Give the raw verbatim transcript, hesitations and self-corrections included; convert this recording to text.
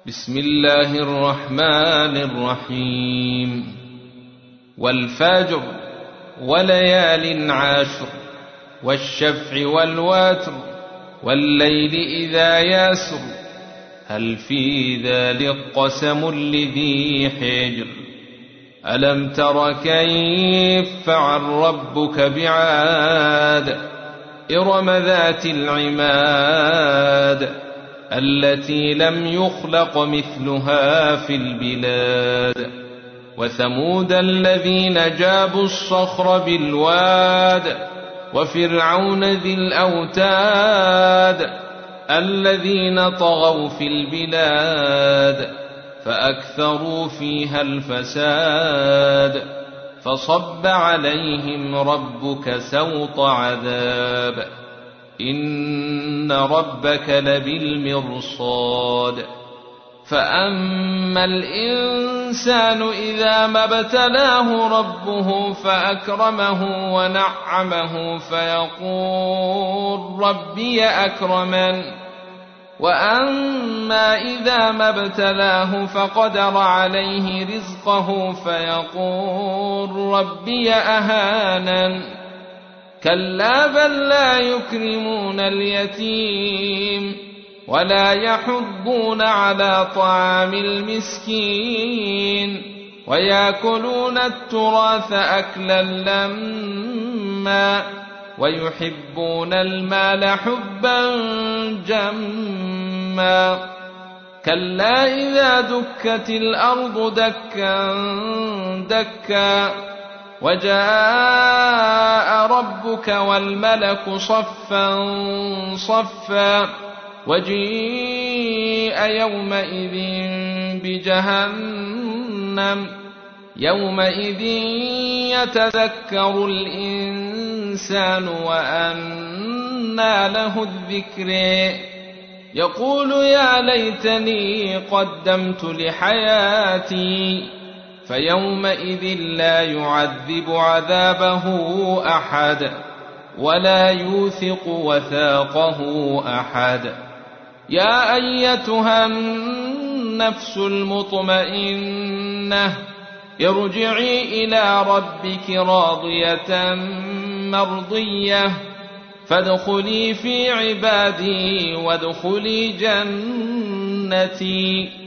بسم الله الرحمن الرحيم. والفجر وليال عشر والشفع والوتر والليل إذا يسر هل في ذلك قسم لذي حجر ألم تر كيف فعل ربك بعاد إرم ذات العماد التي لم يخلق مثلها في البلاد وثمود الذين جابوا الصخر بالواد وفرعون ذي الأوتاد الذين طغوا في البلاد فأكثروا فيها الفساد فصب عليهم ربك سوط عذاب إن ربك لبالمرصاد فأما الإنسان إذا ما ابتلاه ربه فأكرمه ونعمه فيقول ربي أكرمن وأما إذا ما ابتلاه فقدر عليه رزقه فيقول ربي أهانن كلا بل لا يكرمون اليتيم ولا يحضون على طعام المسكين ويأكلون التراث أكلا لما ويحبون المال حبا جما كلا إذا دكت الأرض دكا دكا وجاء ربك والملك صفا صفا وجيء يومئذ بجهنم يومئذ يتذكر الإنسان وأنى له الذكر يقول يا ليتني قدمت لحياتي فيومئذ لا يعذب عذابه أحد ولا يوثق وثاقه أحد يا أيتها النفس المطمئنة ارجعي إلى ربك راضية مرضية فادخلي في عبادي وادخلي جنتي